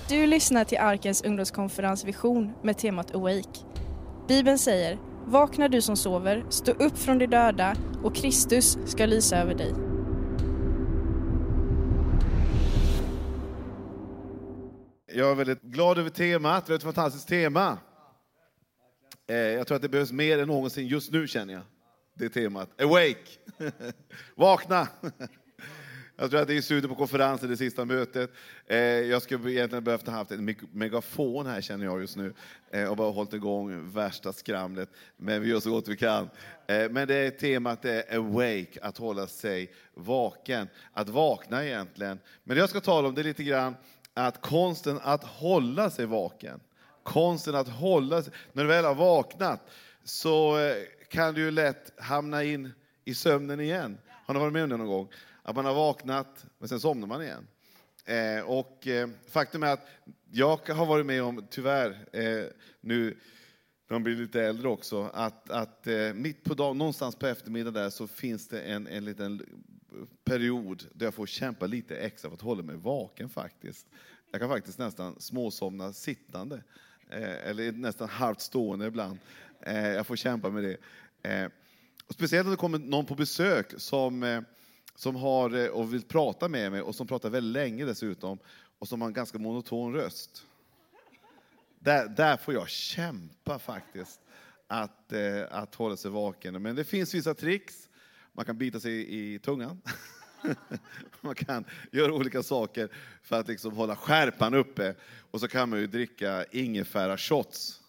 Du lyssnar till Arkens ungdomskonferens Vision med temat Awake. Bibeln säger: vakna du som sover, stå upp från de döda och Kristus ska lysa över dig. Jag är väldigt glad över temat. Det är ett fantastiskt tema. Jag tror att det behövs mer än någonsin just nu, känner jag. Det är temat. Awake. Vakna. Jag tror att det är slutet på konferensen, det sista mötet. Jag skulle egentligen behövt ha haft en megafon här, känner jag just nu. Och bara hållit igång värsta skramlet. Men vi gör så gott vi kan. Men det är temat, det är awake, att hålla sig vaken. Att vakna egentligen. Men det jag ska tala om det är lite grann att konsten att hålla sig vaken. Konsten att hålla sig. När du väl har vaknat så kan du ju lätt hamna in i sömnen igen. Har ni varit med om det någon gång? Att man har vaknat, men sen somnar man igen. Faktum är att jag har varit med om, tyvärr, nu när de blir lite äldre också, att mitt på dagen, någonstans på eftermiddagen där, så finns det en liten period där jag får kämpa lite extra för att hålla mig vaken faktiskt. Jag kan faktiskt nästan småsomna sittande, eller nästan halvt stående ibland. Jag får kämpa med det. Och speciellt om det kommer någon på besök som har och vill prata med mig och som pratar väldigt länge dessutom och som har en ganska monoton röst. Där får jag kämpa faktiskt att hålla sig vaken. Men det finns vissa tricks. Man kan bita sig i tungan. Man kan göra olika saker för att liksom hålla skärpan uppe. Och så kan man ju dricka ingefära shots.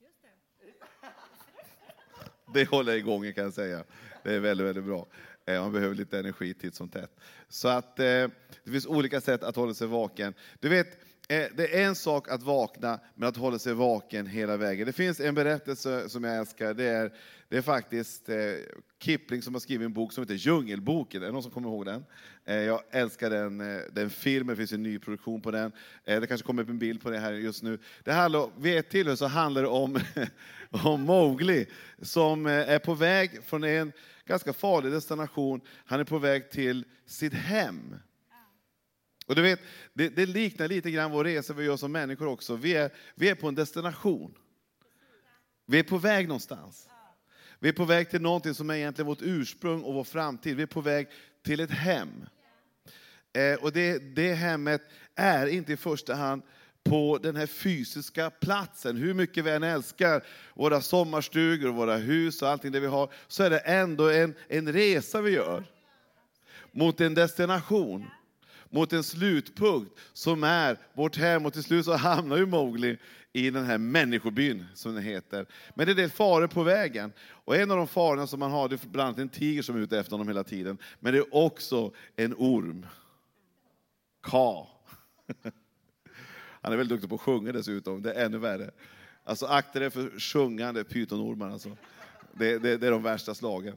Det håller igång, kan jag säga. Det är väldigt, väldigt bra. Man behöver lite energi titt som tätt. Så att det finns olika sätt att hålla sig vaken. Du vet, det är en sak att vakna, men att hålla sig vaken hela vägen. Det finns en berättelse som jag älskar. Det är faktiskt Kipling som har skrivit en bok som heter Djungelboken. Är det någon som kommer ihåg den? Jag älskar den filmen. Det finns en ny produktion på den. Det kanske kommer upp en bild på det här just nu. Det handlar, vid ett tillfälle så handlar det om Mowgli som är på väg från en ganska farlig destination. Han är på väg till sitt hem. Och du vet, det liknar lite grann vår resa vi gör som människor också. Vi är på en destination. Vi är på väg någonstans. Vi är på väg till någonting som är egentligen vårt ursprung och vår framtid. Vi är på väg till ett hem. Och det hemmet är inte i första hand på den här fysiska platsen. Hur mycket vi än älskar våra sommarstugor och våra hus och allting det vi har, så är det ändå en resa vi gör mot en destination. Mot en slutpunkt som är vårt hem. Och till slut så hamnar ju Mowgli i den här människobyn som den heter. Men det är del faror på vägen. Och en av de farorna som man har, det är bland annat en tiger som är ute efter honom hela tiden. Men det är också en orm. Ka. Han är väldigt duktig på att sjunga dessutom. Det är ännu värre. Alltså akta dig för sjungande pytonormar. Alltså. Det är de värsta slagen.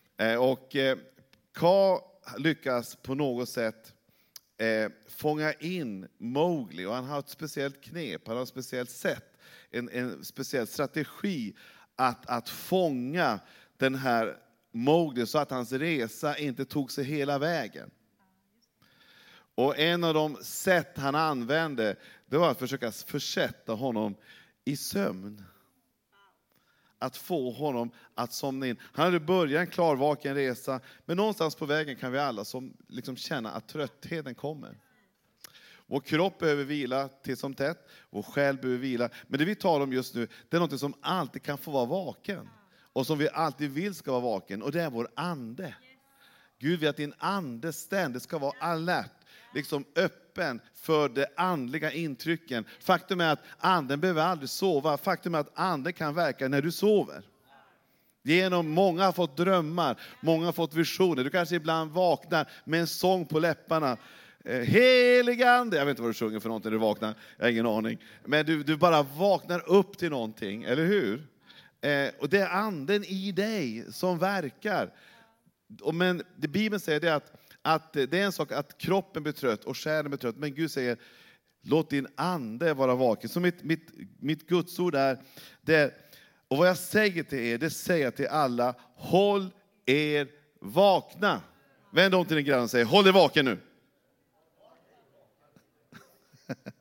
Ka lyckas på något sätt fånga in Mowgli, och han har ett speciellt knep, han har ett speciellt sätt, en speciell strategi att fånga den här Mowgli så att hans resa inte tog sig hela vägen. Och en av de sätt han använde, det var att försöka försätta honom i sömn. Att få honom att somna in. Han hade börjat en klarvaken resa. Men någonstans på vägen kan vi alla som liksom känna att tröttheten kommer. Vår kropp behöver vila titt som tätt. Vår själ behöver vila. Men det vi talar om just nu, det är något som alltid kan få vara vaken. Och som vi alltid vill ska vara vaken. Och det är vår ande. Gud vill att din ande ständigt ska vara alert. Liksom öppen för de andliga intrycken. Faktum är att anden behöver aldrig sova. Faktum är att anden kan verka när du sover. Många har fått drömmar. Många har fått visioner. Du kanske ibland vaknar med en sång på läpparna. Helig ande. Jag vet inte vad du sjunger för någonting när du vaknar. Jag har ingen aning. Men du bara vaknar upp till någonting. Eller hur? Och det är anden i dig som verkar. Men det Bibeln säger det är att det är en sak att kroppen blir trött och själen blir trött. Men Gud säger, låt din ande vara vaken. Så mitt Gudsord är det. Och vad jag säger till er, det säger jag till alla. Håll er vakna. Vänd om till din granne och säg, håll er vaken nu.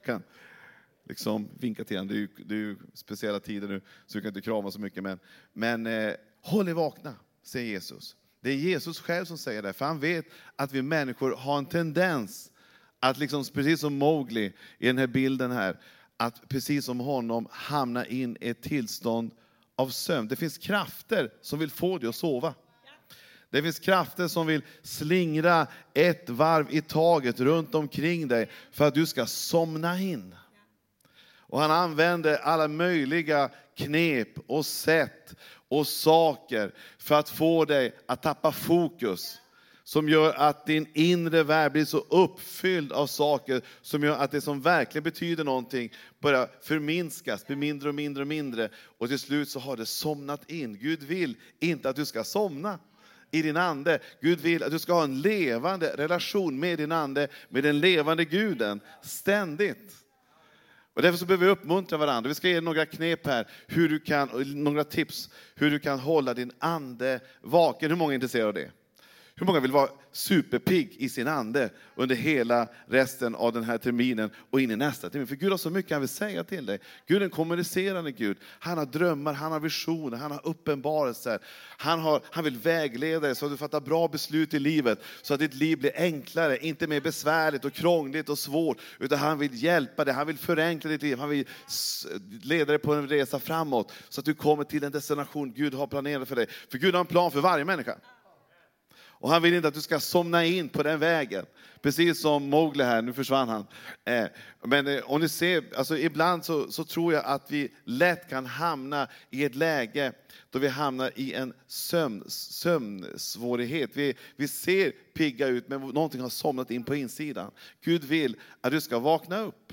kan liksom vinka till honom. Det är ju speciella tider nu, så vi kan inte krama så mycket. Men håll er vakna, säger Jesus. Det är Jesus själv som säger det. För han vet att vi människor har en tendens att liksom, precis som Mowgli i den här bilden här, att precis som honom hamna in i ett tillstånd av sömn. Det finns krafter som vill få dig att sova. Det finns krafter som vill slingra ett varv i taget runt omkring dig för att du ska somna in. Och han använder alla möjliga knep och sätt och saker för att få dig att tappa fokus. Som gör att din inre värld blir så uppfylld av saker som gör att det som verkligen betyder någonting börjar förminskas, blir mindre och mindre och mindre. Och till slut så har det somnat in. Gud vill inte att du ska somna i din ande. Gud vill att du ska ha en levande relation med din ande, med den levande Guden, ständigt. Och därför så behöver vi uppmuntra varandra. Vi ska ge några knep här, några tips hur du kan hålla din ande vaken. Hur många är intresserade av det? Hur många vill vara superpigg i sin ande under hela resten av den här terminen och in i nästa termin? För Gud har så mycket han vill säga till dig. Gud är en kommunicerande Gud. Han har drömmar, han har visioner, han har uppenbarelser. Han vill vägleda dig så att du fattar bra beslut i livet. Så att ditt liv blir enklare, inte mer besvärligt och krångligt och svårt. Utan han vill hjälpa dig, han vill förenkla ditt liv. Han vill leda dig på en resa framåt. Så att du kommer till en destination Gud har planerat för dig. För Gud har en plan för varje människa. Och han vill inte att du ska somna in på den vägen. Precis som Mowgli här, nu försvann han. Men om ni ser, alltså ibland så tror jag att vi lätt kan hamna i ett läge då vi hamnar i en sömnsvårighet. Vi ser pigga ut, men någonting har somnat in på insidan. Gud vill att du ska vakna upp.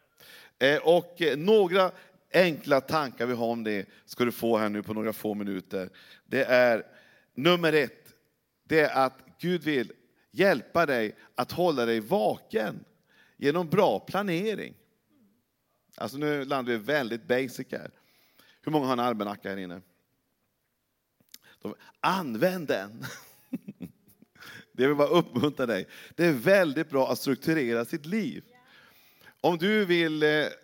Och några enkla tankar vi har om det ska du få här nu på några få minuter. Det är nummer 1. Det är att Gud vill hjälpa dig att hålla dig vaken genom bra planering. Alltså nu landar vi väldigt basic här. Hur många har en almanacka här inne? Använd den. Det vill bara uppmuntra dig. Det är väldigt bra att strukturera sitt liv. Om du vill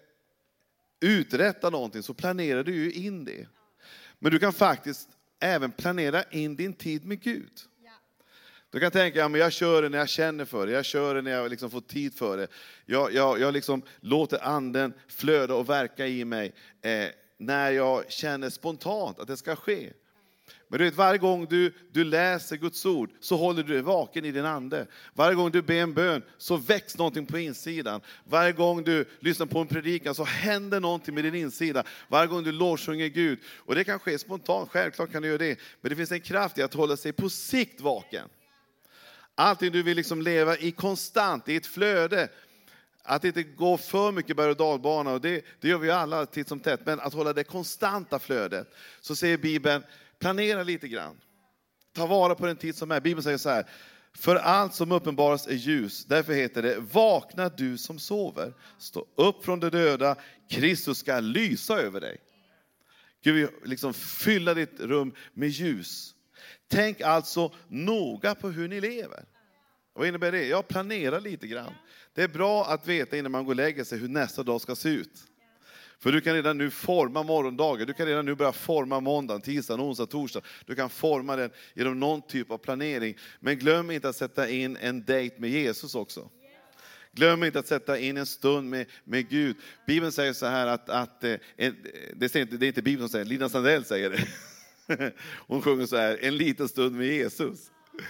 uträtta någonting så planerar du ju in det. Men du kan faktiskt även planera in din tid med Gud. Du kan tänka, ja, men jag kör det när jag känner för det. Jag kör det när jag liksom får tid för det. Jag liksom låter anden flöda och verka i mig när jag känner spontant att det ska ske. Men du vet, varje gång du läser Guds ord så håller du dig vaken i din ande. Varje gång du ber en bön så väcks någonting på insidan. Varje gång du lyssnar på en predikan så händer någonting med din insida. Varje gång du lovsjunger Gud. Och det kan ske spontant, självklart kan du göra det. Men det finns en kraft i att hålla sig på sikt vaken. Allting du vill liksom leva i konstant, i ett flöde. Att inte gå för mycket berg- och dalbana, och det gör vi alla titt som tätt. Men att hålla det konstanta flödet. Så säger Bibeln, planera lite grann. Ta vara på den tid som är. Bibeln säger så här, för allt som uppenbaras är ljus. Därför heter det, vakna du som sover. Stå upp från de döda, Kristus ska lysa över dig. Gud vill liksom fylla ditt rum med ljus. Tänk alltså noga på hur ni lever. Vad innebär det? Jag planerar lite grann. Det är bra att veta innan man går och lägger sig hur nästa dag ska se ut. För du kan redan nu forma morgondagar. Du kan redan nu börja forma måndag, tisdag, onsdag, torsdag. Du kan forma den genom någon typ av planering. Men glöm inte att sätta in en dejt med Jesus också. Glöm inte att sätta in en stund med Gud. Bibeln säger så här att det är inte Bibeln som säger, Lina Sandell säger det. Hon sjunger så här, en liten stund med Jesus.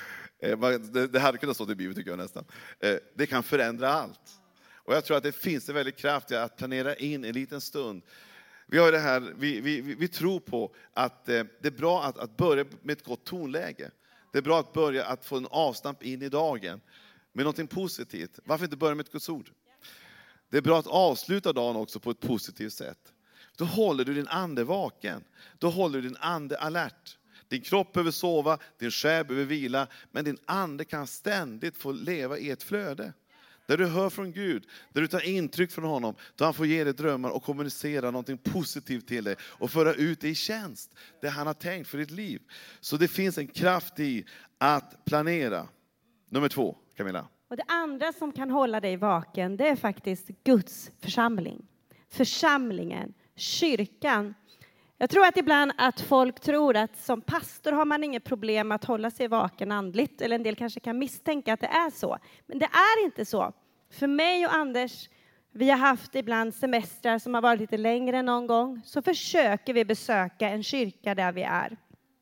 Det hade kunnat stå i Bibeln tycker jag nästan. Det kan förändra allt. Och jag tror att det finns en väldigt kraft i att planera in en liten stund. Vi har det här, vi tror på att det är bra att börja med ett gott tonläge. Det är bra att börja att få en avstamp in i dagen med något positivt. Varför inte börja med ett Guds ord? Det är bra att avsluta dagen också på ett positivt sätt. Då håller du din ande vaken. Då håller du din ande alert. Din kropp behöver sova, din själ behöver vila. Men din ande kan ständigt få leva i ett flöde. Där du hör från Gud, där du tar intryck från honom. Då han får ge dig drömmar och kommunicera någonting positivt till dig. Och föra ut det i tjänst, det han har tänkt för ditt liv. Så det finns en kraft i att planera. Nummer 2, Camilla. Och det andra som kan hålla dig vaken, det är faktiskt Guds församling. Församlingen, kyrkan. Jag tror att ibland att folk tror att som pastor har man inget problem att hålla sig vaken andligt. Eller en del kanske kan misstänka att det är så. Men det är inte så. För mig och Anders, vi har haft ibland semestrar som har varit lite längre än någon gång. Så försöker vi besöka en kyrka där vi är.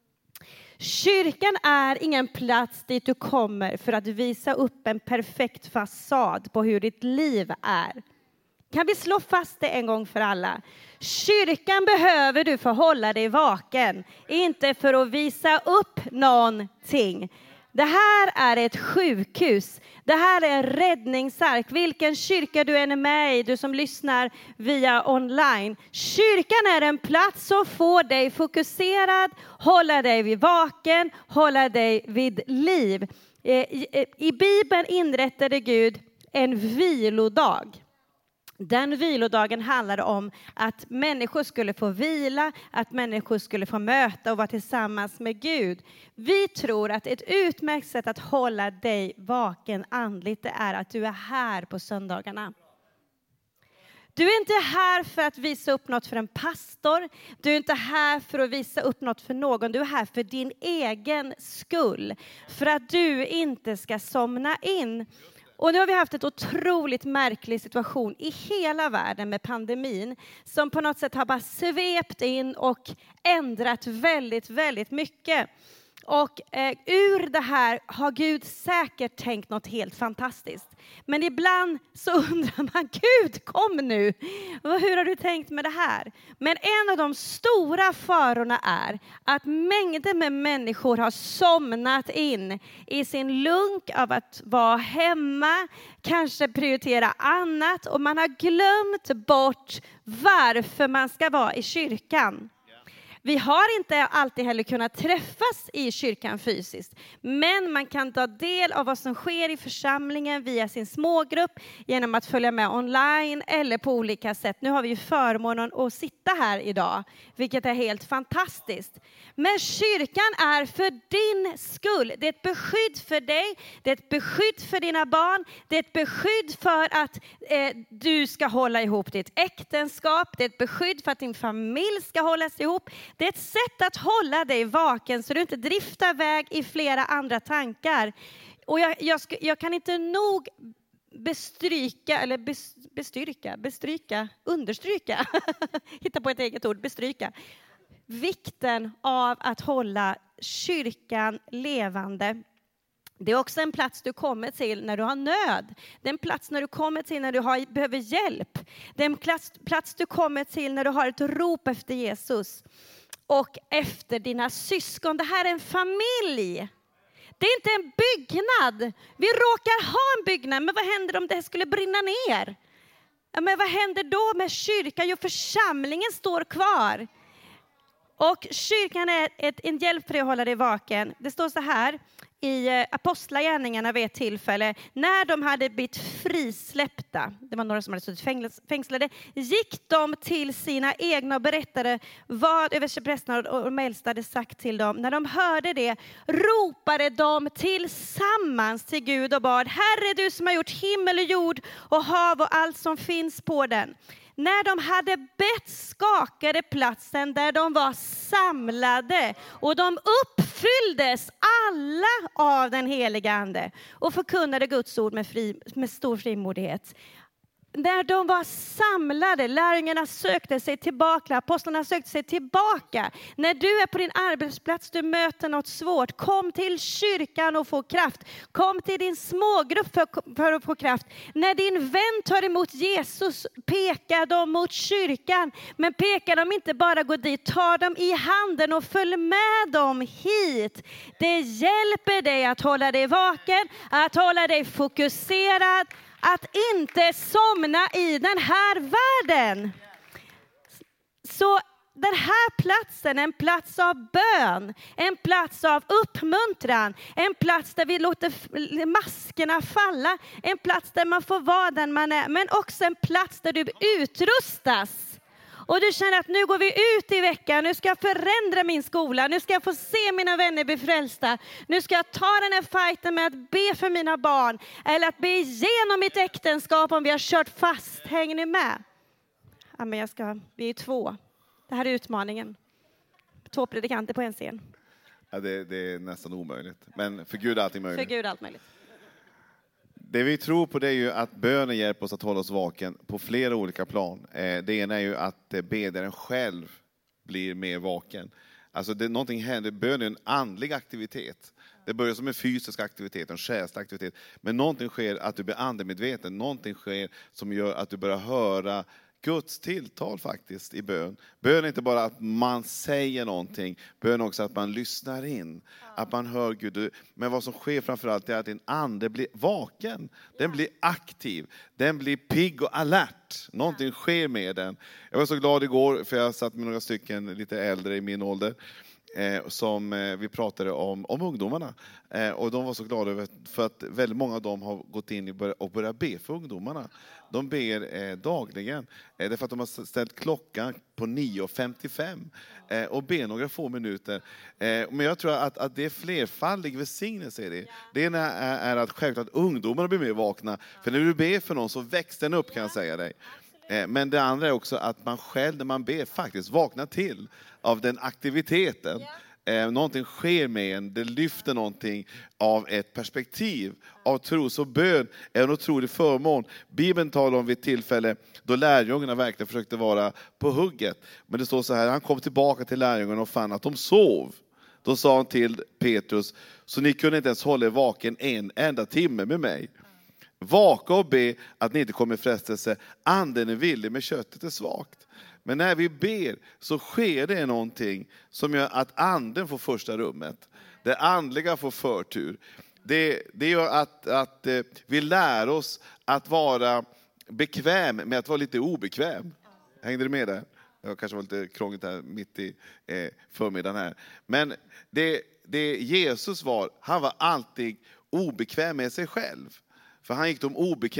Kyrkan är ingen plats dit du kommer för att visa upp en perfekt fasad på hur ditt liv är. Kan vi slå fast det en gång för alla? Kyrkan behöver du för att hålla dig vaken. Inte för att visa upp någonting. Det här är ett sjukhus. Det här är en räddningsark. Vilken kyrka du än är med i, du som lyssnar via online. Kyrkan är en plats som får dig fokuserad, hålla dig vid vaken, hålla dig vid liv. I Bibeln inrättade Gud en vilodag. Den vilodagen handlade om att människor skulle få vila, att människor skulle få möta och vara tillsammans med Gud. Vi tror att ett utmärkt sätt att hålla dig vaken andligt, det är att du är här på söndagarna. Du är inte här för att visa upp något för en pastor. Du är inte här för att visa upp något för någon. Du är här för din egen skull. För att du inte ska somna in. Och nu har vi haft ett otroligt märklig situation i hela världen med pandemin. Som på något sätt har bara svept in och ändrat väldigt, väldigt mycket. Och ur det här har Gud säkert tänkt något helt fantastiskt. Men ibland så undrar man, Gud kom nu. Hur har du tänkt med det här? Men en av de stora farorna är att mängder med människor har somnat in i sin lunk av att vara hemma. Kanske prioritera annat. Och man har glömt bort varför man ska vara i kyrkan. Vi har inte alltid heller kunnat träffas i kyrkan fysiskt. Men man kan ta del av vad som sker i församlingen via sin smågrupp. Genom att följa med online eller på olika sätt. Nu har vi ju förmånen att sitta här idag. Vilket är helt fantastiskt. Men kyrkan är för din skull. Det är ett beskydd för dig. Det är ett beskydd för dina barn. Det är ett beskydd för att du ska hålla ihop ditt äktenskap. Det är ett beskydd för att din familj ska hållas ihop. Det är ett sätt att hålla dig vaken så du inte driftar iväg i flera andra tankar. Och jag kan inte nog understryka, hitta på ett eget ord, bestryka. Vikten av att hålla kyrkan levande. Det är också en plats du kommer till när du har nöd. Det är en plats när du kommer till när du behöver hjälp. Det är en plats du kommer till när du har ett rop efter Jesus. Och efter dina syskon. Det här är en familj. Det är inte en byggnad. Vi råkar ha en byggnad. Men vad händer om det skulle brinna ner? Ja, men vad händer då med kyrkan? Jo, församlingen står kvar. Och kyrkan är en hjälp för dig att hålla dig vaken. Det står så här i apostlagärningarna vid ett tillfälle. När de hade blivit frisläppta, det var några som hade suttit fängslade, gick de till sina egna och berättade vad översteprästerna och de äldste hade sagt till dem. När de hörde det ropade de tillsammans till Gud och bad: Herre, du som har gjort himmel och jord och hav och allt som finns på den. När de hade bett skakade platsen där de var samlade och de uppfylldes alla av den heliga ande och förkunnade Guds ord med stor frimodighet. När de var samlade, lärjungarna sökte sig tillbaka, apostlarna sökte sig tillbaka. När du är på din arbetsplats, du möter något svårt, kom till kyrkan och få kraft. Kom till din smågrupp för att få kraft. När din vän tar emot Jesus, pekar de mot kyrkan. Men pekar de inte bara gå dit, ta dem i handen och följ med dem hit. Det hjälper dig att hålla dig vaken, att hålla dig fokuserad. Att inte somna i den här världen. Så den här platsen är en plats av bön. En plats av uppmuntran. En plats där vi låter maskerna falla. En plats där man får vara den man är. Men också en plats där du utrustas. Och du känner att nu går vi ut i veckan. Nu ska jag förändra min skola. Nu ska jag få se mina vänner bli frälsta. Nu ska jag ta den här fighten med att be för mina barn. Eller att be igenom mitt äktenskap om vi har kört fast. Hänger ni med? Ja, men vi är 2. Det här är utmaningen. 2 predikanter på en scen. Ja, det är nästan omöjligt. Men för Gud är allting möjligt. För Gud är allt möjligt. Det vi tror på det är ju att bönen hjälper oss att hålla oss vaken på flera olika plan. Det ena är ju att bedjaren själv blir mer vaken. Alltså någonting händer. Bön är en andlig aktivitet. Det börjar som en fysisk aktivitet, en själslig aktivitet. Men någonting sker att du blir andemedveten. Någonting sker som gör att du börjar höra Guds tilltal faktiskt i bön. Bön är inte bara att man säger någonting. Bön är också att man lyssnar in. Att man hör Gud. Men vad som sker framförallt är att din ande blir vaken. Den blir aktiv. Den blir pigg och alert. Någonting sker med den. Jag var så glad igår för jag satt med några stycken lite äldre i min ålder. Som vi pratade om ungdomarna. Och de var så glada över för att väldigt många av dem har gått in och börjat be för ungdomarna. De ber dagligen. Därför att de har ställt klockan på 9:55 och ber några få minuter. Men jag tror att det är flerfaldig välsignelse i det. Det ena är att självklart ungdomarna blir mer vakna. För när du ber för någon så växer den upp, kan jag säga dig. Men det andra är också att man själv när man ber faktiskt vaknar till av den aktiviteten. Någonting sker med en, det lyfter någonting av ett perspektiv av tro. Så bön är en otrolig förmån. Bibeln talar om vid ett tillfälle då lärjungarna verkligen försökte vara på hugget. Men det står så här, han kom tillbaka till lärjungarna och fann att de sov. Då sa han till Petrus, så ni kunde inte ens hålla er vaken en enda timme med mig. Vaka och be att ni inte kommer i frestelse. Anden är villig men köttet är svagt. Men när vi ber så sker det någonting som gör att anden får första rummet. Det andliga får förtur. Det gör att vi lär oss att vara bekväm med att vara lite obekväm. Hängde du med där? Det kanske var lite krångligt här mitt i förmiddagen här. Men det Jesus var, han var alltid obekväm med sig själv. För han gick de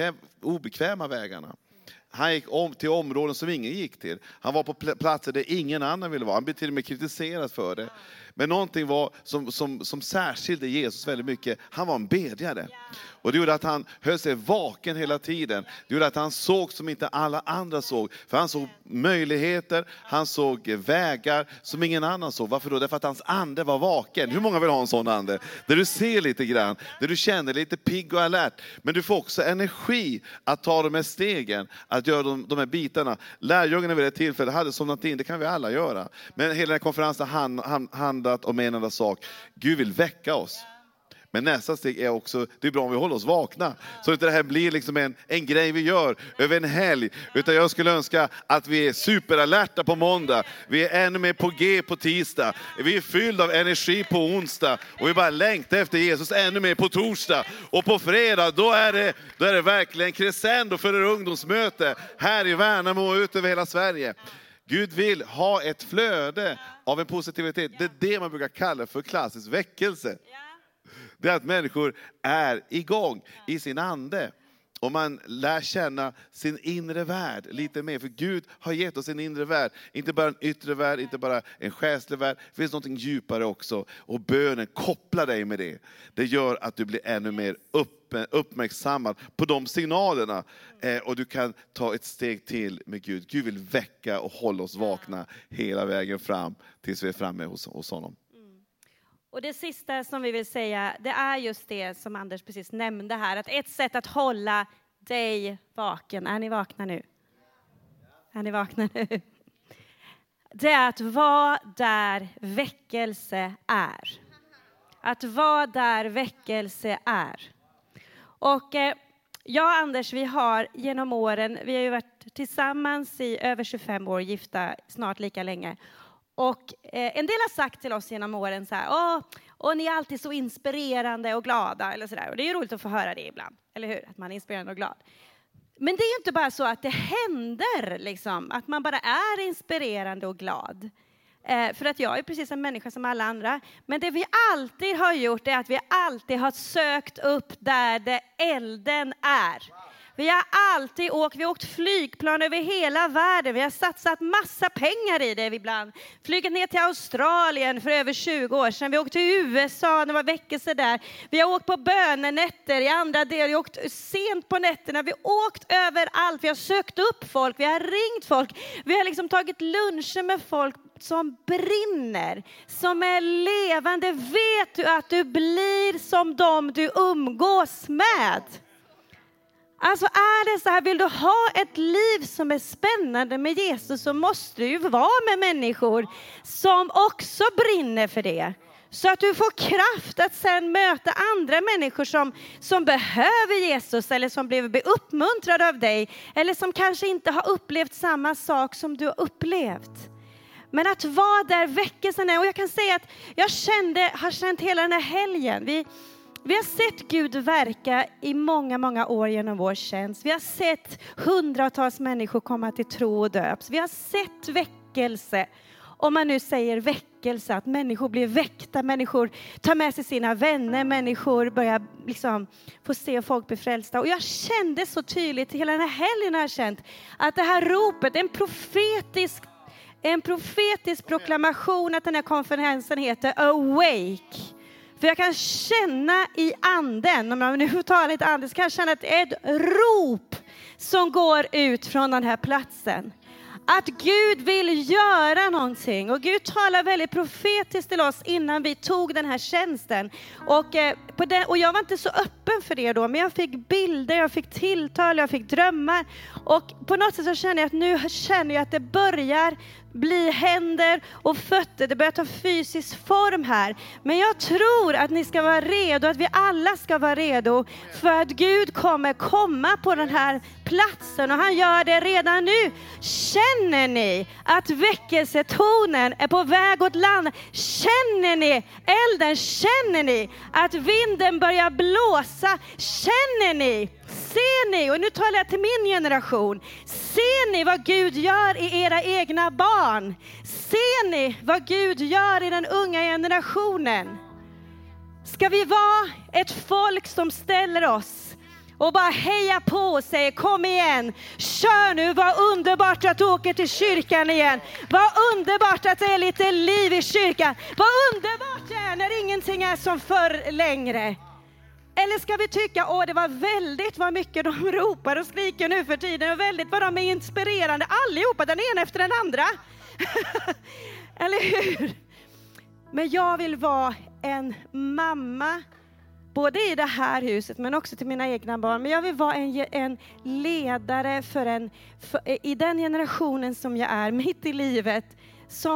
obekväma vägarna. Han gick till områden som ingen gick till. Han var på platser där ingen annan ville vara. Han blev till och med kritiserad för det. Men någonting var som särskilde Jesus väldigt mycket. Han var en bedjare. Och det gjorde att han höll sig vaken hela tiden. Det gjorde att han såg som inte alla andra såg. För han såg möjligheter, han såg vägar som ingen annan såg. Varför då? Därför att hans ande var vaken. Hur många vill ha en sån ande? Där du ser lite grann, där du känner lite pigg och alert. Men du får också energi att ta de här stegen, att göra de här bitarna. Lärjungarna vid det tillfälle hade somnat in, det kan vi alla göra. Men hela den här konferensen handlat om en enda sak. Gud vill väcka oss. Men nästa steg är också, det är bra om vi håller oss vakna. Så att det här blir liksom en grej vi gör över en helg. Utan jag skulle önska att vi är superalerta på måndag. Vi är ännu mer på G på tisdag. Vi är fyllda av energi på onsdag. Och vi bara längtar efter Jesus ännu mer på torsdag. Och på fredag, då är det verkligen crescendo för ett ungdomsmöte. Här i Värnamo och ut över hela Sverige. Gud vill ha ett flöde av en positivitet. Det är det man brukar kalla för klassisk väckelse. Det är att människor är igång i sin ande. Och man lär känna sin inre värld lite mer. För Gud har gett oss en inre värld. Inte bara en yttre värld, inte bara en själslig värld. Det finns något djupare också. Och bönen kopplar dig med det. Det gör att du blir ännu mer uppmärksammad på de signalerna. Och du kan ta ett steg till med Gud. Gud vill väcka och hålla oss vakna hela vägen fram tills vi är framme hos honom. Och det sista som vi vill säga, det är just det som Anders precis nämnde här. Att ett sätt att hålla dig vaken. Är ni vakna nu? Är ni vakna nu? Det är att vara där väckelse är. Att vara där väckelse är. Och jag och Anders, vi har genom åren, vi har ju varit tillsammans i över 25 år, gifta snart lika länge. Och en del har sagt till oss genom åren så här, och ni är alltid så inspirerande och glada eller så där. Och det är ju roligt att få höra det ibland, eller hur? Att man är inspirerande och glad. Men det är ju inte bara så att det händer liksom, att man bara är inspirerande och glad. För att jag är precis en människa som alla andra. Men det vi alltid har gjort är att vi alltid har sökt upp där det elden är. Vi har alltid åkt. Vi har åkt flygplan över hela världen. Vi har satsat massa pengar i det ibland. Flugit ner till Australien för över 20 år sedan. Vi åkte till USA, det var väckelse där. Vi har åkt på bönenätter i andra delar. Vi har åkt sent på nätterna. Vi har åkt överallt. Vi har sökt upp folk. Vi har ringt folk. Vi har liksom tagit luncher med folk som brinner, som är levande. Vet du att du blir som dem du umgås med? Alltså är det så här, vill du ha ett liv som är spännande med Jesus, så måste du ju vara med människor som också brinner för det. Så att du får kraft att sen möta andra människor som behöver Jesus, eller som blir uppmuntrade av dig, eller som kanske inte har upplevt samma sak som du har upplevt. Men att vara där väckelsen är, och jag kan säga att jag har känt hela den här helgen. Vi har sett Gud verka i många, många år genom vår tjänst. Vi har sett hundratals människor komma till tro och döps. Vi har sett väckelse. Om man nu säger väckelse, att människor blir väckta, människor tar med sig sina vänner, människor börjar liksom få se folk bli frälsta. Och jag kände så tydligt, hela den här helgen har jag känt, att det här ropet, en profetisk proklamation, att den här konferensen heter Awake. För jag kan känna i anden, om jag nu talar lite anden, så kan jag känna att det är ett rop som går ut från den här platsen. Att Gud vill göra någonting. Och Gud talar väldigt profetiskt till oss innan vi tog den här tjänsten. Och jag var inte så öppen för det då. Men jag fick bilder, jag fick tilltal, jag fick drömmar. Och på något sätt så känner jag att nu känner jag att det börjar bli händer och fötter. Det börjar ta fysisk form här. Men jag tror att ni ska vara redo, att vi alla ska vara redo. För att Gud kommer komma på den här platsen. Och han gör det redan nu. Känner ni att väckelsetonen är på väg åt land? Känner ni elden? Känner ni att vinden börjar blåsa? Känner ni? Ser ni? Och nu talar jag till min generation. Ser ni vad Gud gör i era egna barn? Ser ni vad Gud gör i den unga generationen? Ska vi vara ett folk som ställer oss och bara heja på och säger kom igen, kör nu, vad underbart att du åker till kyrkan igen. Vad underbart att det är lite liv i kyrkan. Vad underbart det är när ingenting är som förr längre. Eller ska vi tycka, det var väldigt vad mycket de ropar och skriker nu för tiden. Och väldigt vad de är inspirerande. Allihopa, den ena efter den andra. Eller hur? Men jag vill vara en mamma. Både i det här huset men också till mina egna barn. Men jag vill vara en ledare i den generationen som jag är mitt i livet. Som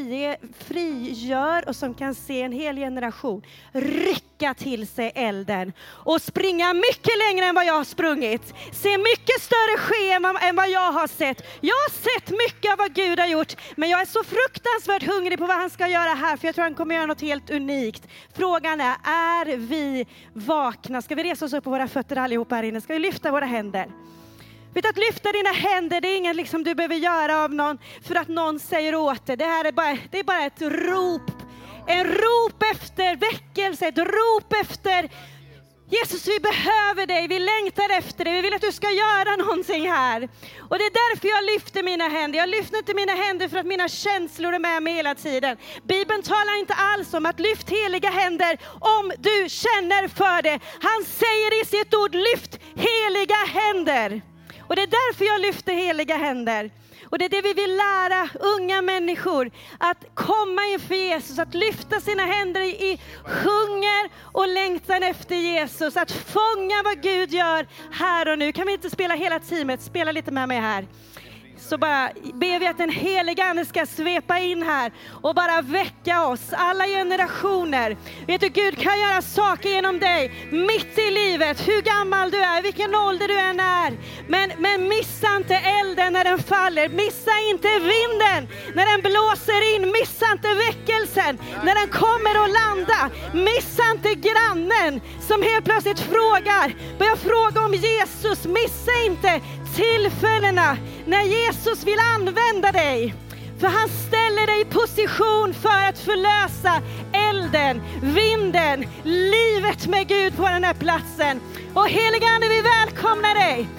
frigör och som kan se en hel generation rycka till sig elden och springa mycket längre än vad jag har sprungit. Se mycket större ske än vad jag har sett. Jag har sett mycket av vad Gud har gjort, men jag är så fruktansvärt hungrig på vad han ska göra här, för jag tror han kommer göra något helt unikt. Frågan är vi vakna? Ska vi resa oss upp på våra fötter allihopa här inne? Ska vi lyfta våra händer? Vet att lyfta dina händer, det är inget liksom du behöver göra av någon för att någon säger åt det. Det är bara ett rop. En rop efter väckelse, ett rop efter Jesus, vi behöver dig, vi längtar efter dig, vi vill att du ska göra någonting här. Och det är därför jag lyfter mina händer. Jag lyfter inte mina händer för att mina känslor är med mig hela tiden. Bibeln talar inte alls om att lyft heliga händer om du känner för det. Han säger i sitt ord, lyft heliga händer. Och det är därför jag lyfter heliga händer. Och det är det vi vill lära unga människor. Att komma inför Jesus. Att lyfta sina händer i hunger och längtan efter Jesus. Att fånga vad Gud gör här och nu. Kan vi inte spela hela teamet? Spela lite med mig här. Så bara ber vi att den heliga ande ska svepa in här och bara väcka oss, alla generationer. Vet du, Gud kan göra saker genom dig mitt i livet, hur gammal du är, vilken ålder du än är. Men missa inte elden när den faller, missa inte vinden när den blåser in, missa inte väckelsen när den kommer att landa. Missa inte grannen som helt plötsligt börjar fråga om Jesus. Missa inte tillfällena när Jesus vill använda dig. För han ställer dig i position för att förlösa elden, vinden, livet med Gud på den här platsen. Och helige Ande, vi välkomnar dig.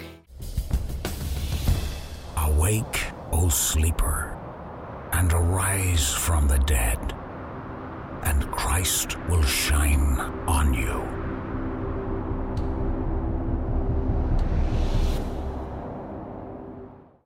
Awake, O sleeper, and arise from the dead, and Christ will shine on you.